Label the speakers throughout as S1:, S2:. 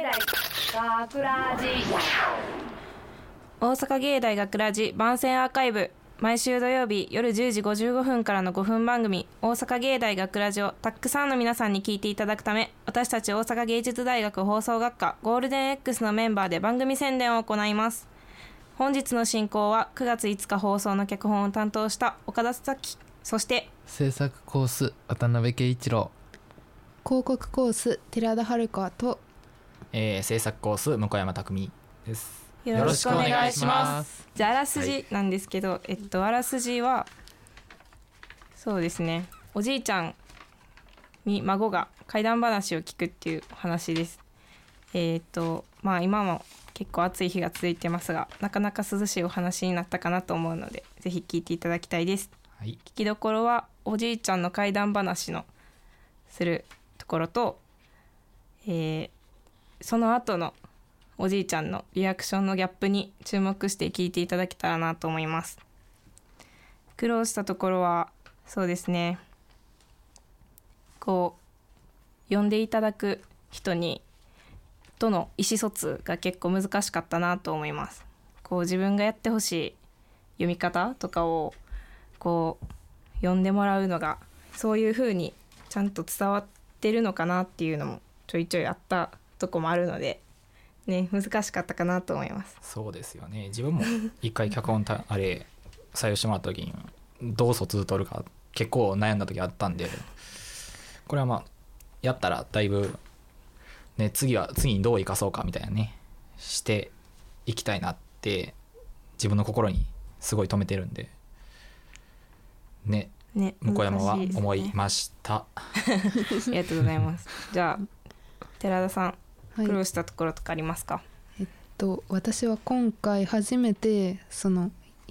S1: 学ラジ
S2: 大阪芸大学ラジ番宣アーカイブ、毎週土曜日夜10時55分からの5分番組大阪芸大学ラジをたくさんの皆さんに聞いていただくため、私たち大阪芸術大学放送学科ゴールデン X のメンバーで番組宣伝を行います。本日の進行は9月5日放送の脚本を担当した岡田咲、そして
S3: 制作コース渡辺圭一郎、
S4: 広告コース寺田遥と、
S5: 制作コース向山匠です。
S2: よろしくお願いします。じゃああらす
S5: は
S2: じなんですけど、あらすじはそうですね、おじいちゃんに孫が怪談話を聞くっていう話です。今も結構暑い日が続いてますが、なかなか涼しいお話になったかなと思うので、ぜひ聞いていただきたいです。
S5: はい、
S2: 聞きどころはおじいちゃんの怪談話のするところと、その後のおじいちゃんのリアクションのギャップに注目して聞いていただけたらなと思います。苦労したところはそうですね、こう読んでいただく人との意思疎通が結構難しかったなと思います。こう自分がやってほしい読み方とかをこう読んでもらうのがそういう風にちゃんと伝わってるのかなっていうのもちょいちょいあったとこもあるのでね、難しかったかなと思います。
S5: そうですよね。自分も一回脚本あれ採用してもらった時にどう疎通取るか結構悩んだ時あったんで、これはまあやったらだいぶね、次にどう生かそうかみたいなねしていきたいなって自分の心にすごい留めてるんでね、向山は思いました、
S2: ありがとうございます。じゃあ寺田さん、
S4: はい、
S2: 苦労したところとかありますか？
S4: 私は今回初めてその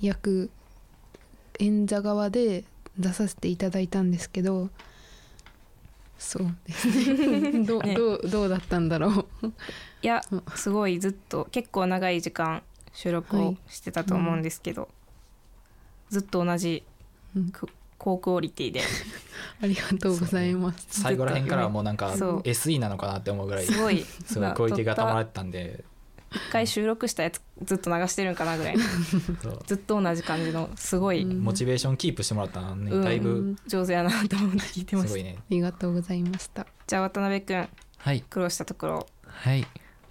S4: 演者側で出させていただいたんですけど、そうですねどうだったんだろう
S2: いやすごいずっと結構長い時間収録をしてたと思うんですけど、ずっと同じ高クオリティで
S4: ありがとうございます。
S5: 最後らへんからはもうなんか SE なのかなって思うぐらいすごいクオリティがたまられてたんで、
S2: 一回収録したやつずっと流してるんかなぐらいずっと同じ感じのすごい、
S5: モチベーションキープしてもらったのね、だいぶ
S2: 上手やなと思って聞いてました。
S5: すごいね。
S4: ありがとうございました。
S2: じゃあ渡辺くん、
S3: はい、
S2: 苦労したところ。
S3: はい、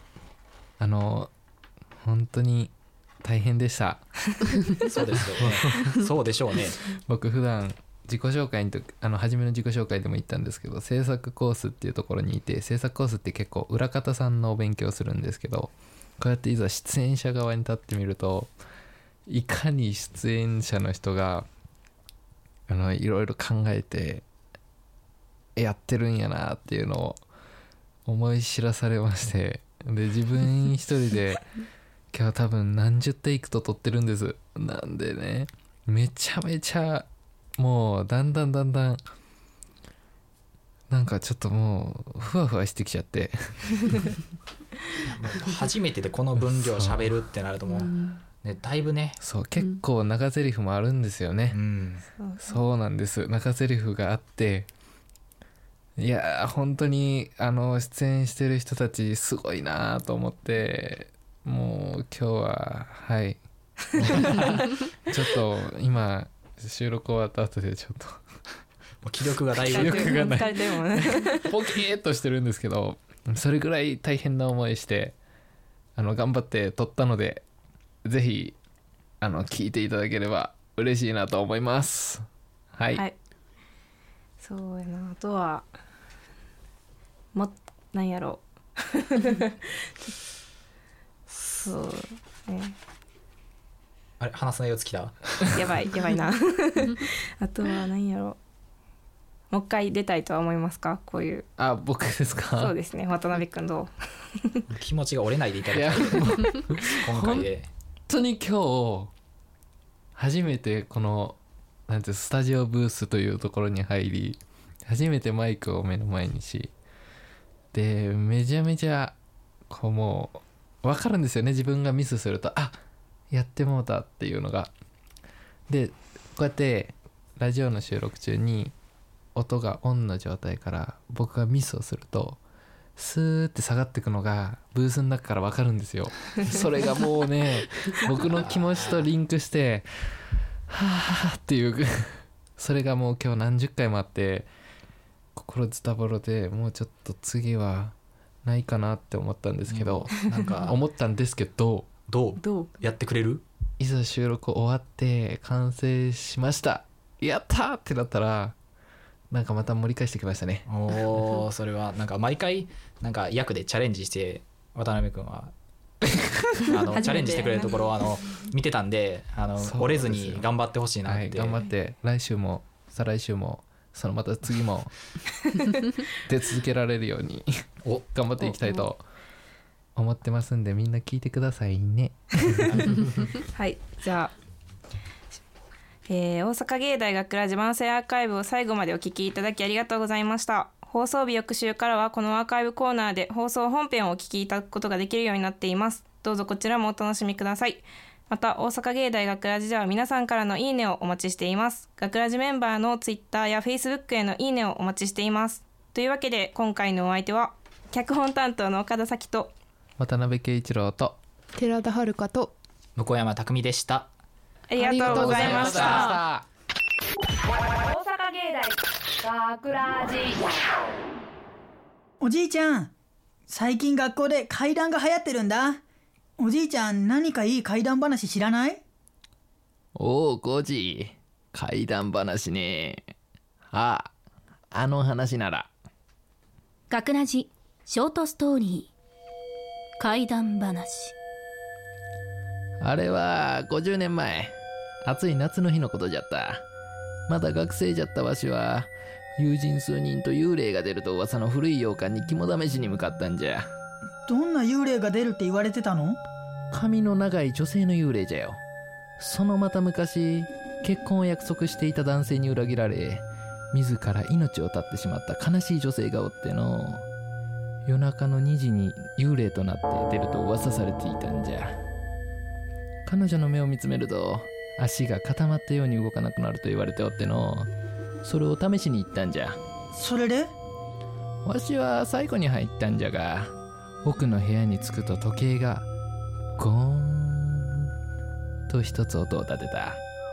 S3: 本当に大変でした。
S5: そうですよねそうでしょうね。
S3: 僕普段自己紹介の時初めの自己紹介でも言ったんですけど、制作コースっていうところにいて、制作コースって結構裏方さんのお勉強するんですけど、こうやっていざ出演者側に立ってみると、いかに出演者の人がいろいろ考えてやってるんやなっていうのを思い知らされまして、で自分一人で今日多分何十テイクと撮ってるんです。なんでね、めちゃめちゃもうだんだんなんかちょっともうふわふわしてきちゃって
S5: 初めてでこの分量喋るってなるともう、ね、だいぶね、
S3: そう結構長台詞もあるんですよね、そうなんです。長台詞があって、いや本当に出演してる人たちすごいなと思って、もう今日ははいちょっと今収録終わった後でちょっと
S5: 気力がだいぶ
S3: 気力がない
S2: 疲れてるもんね
S3: ポキーっとしてるんですけど、それぐらい大変な思いして頑張って撮ったので、ぜひ聞いていただければ嬉しいなと思います。はい、
S2: はい、そうやな。あとはなんやろそうね、
S5: あれ話す内容尽きた
S2: やばいなあとは何やろ、もう一回出たいとは思いますか？こういう。
S3: 僕ですか？
S2: そうですね、渡辺くんどう
S5: 気持ちが折れないでいただきたい今回で
S3: 本当に今日初めてこのなんてスタジオブースというところに入り、初めてマイクを目の前にし、でめちゃめちゃこうもう分かるんですよね、自分がミスするとやってもうたっていうのが。でこうやってラジオの収録中に音がオンの状態から僕がミスをするとスーって下がってくのがブースの中から分かるんですよ。それがもうね僕の気持ちとリンクしてはぁっていうそれがもう今日何十回もあって心ズタボロで、もうちょっと次はないかなって思ったんですけど、
S5: なんか
S3: 思ったんですけど、
S5: どうやってくれる？
S3: いざ収録終わって完成しました、やったーってなったらなんかまた盛り返してきましたね。
S5: おー、それはなんか毎回なんか役でチャレンジして渡辺君はチャレンジしてくれるところを見てたんで、折れずに頑張ってほしいなって、
S3: はい、頑張って来週も再来週もそのまた次も出続けられるように頑張っていきたいと思ってますんで、みんな聞いてくださいね。
S2: はい、じゃあ、大阪芸大学ラジ番宣アーカイブを最後までお聞きいただきありがとうございました。放送日翌週からはこのアーカイブコーナーで放送本編をお聞きいただくことができるようになっています。どうぞこちらもお楽しみください。また大阪芸大学ラジでは皆さんからのいいねをお待ちしています。学ラジメンバーのツイッターやフェイスブックへのいいねをお待ちしています。というわけで今回のお相手は脚本担当の岡田咲と
S3: 渡辺圭一郎と
S4: 寺田遥と
S5: 向山匠でした。
S2: ありがとうございました。
S1: 大阪芸大学ラジ。
S6: おじいちゃん、最近学校で怪談が流行ってるんだ。おじいちゃん、何かいい怪談話知らない？
S3: おお、コージ、怪談話ね。あの話なら。
S7: 学ラジショートストーリー怪談話。
S3: あれは50年前、暑い夏の日のことじゃった。まだ学生じゃったわしは、友人数人と幽霊が出ると噂の古い洋館に肝試しに向かったんじゃ。
S6: どんな幽霊が出るって言われてたの？
S3: 髪の長い女性の幽霊じゃよ。そのまた昔、結婚を約束していた男性に裏切られ、自ら命を絶ってしまった悲しい女性がおっての。夜中の2時に幽霊となって出ると噂されていたんじゃ。彼女の目を見つめると足が固まったように動かなくなると言われておっての。それを試しに行ったんじゃ。
S6: それで？
S3: わしは最後に入ったんじゃが、奥の部屋に着くと時計がゴーンと一つ音を立てた。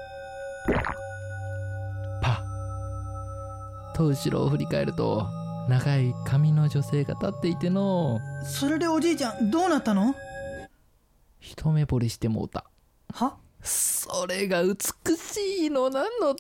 S3: パッと後ろを振り返ると長い髪の女性が立っていての。
S6: それでおじいちゃんどうなったの？
S3: 一目惚れしてもうた。
S6: は？
S3: それが美しいのなんのって。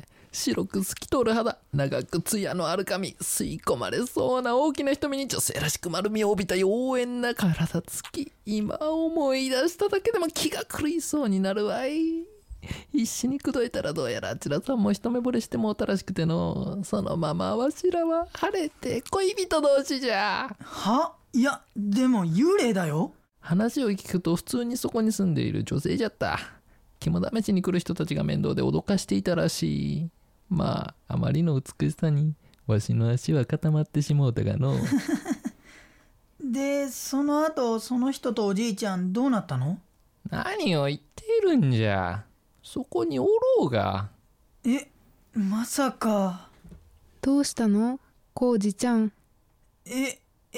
S3: 白く透き通る肌、長く艶のある髪、吸い込まれそうな大きな瞳に女性らしく丸みを帯びた妖艶な体つき。今思い出しただけでも気が狂いそうになるわい。必死に口説いたらどうやらあちらさんも一目惚れしてもうたらしくての。そのままわしらは晴れて恋人同士じゃ。
S6: は？いやでも幽霊だよ。
S3: 話を聞くと普通にそこに住んでいる女性じゃった。肝試しに来る人たちが面倒で脅かしていたらしい。まああまりの美しさにわしの足は固まってしもうたがの。
S6: でその後その人とおじいちゃんどうなったの？
S3: 何を言っているんじゃ。そこにおろうが。
S6: まさか。
S4: どうしたのコウジちゃん？
S1: 大阪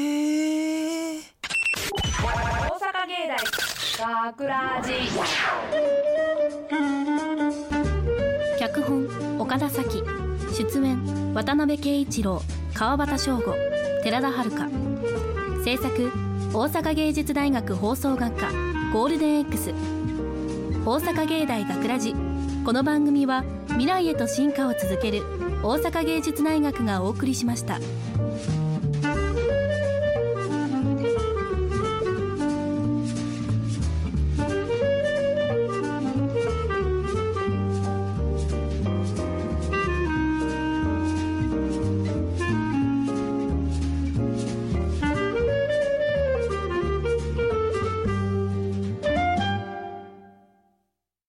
S1: 芸大学ラジ。
S7: 脚本岡田咲、出演渡辺圭一郎、川端翔吾、寺田遥。制作大阪芸術大学放送学科ゴールデン X。 大阪芸大学ラジ。この番組は未来へと進化を続ける大阪芸術大学がお送りしました。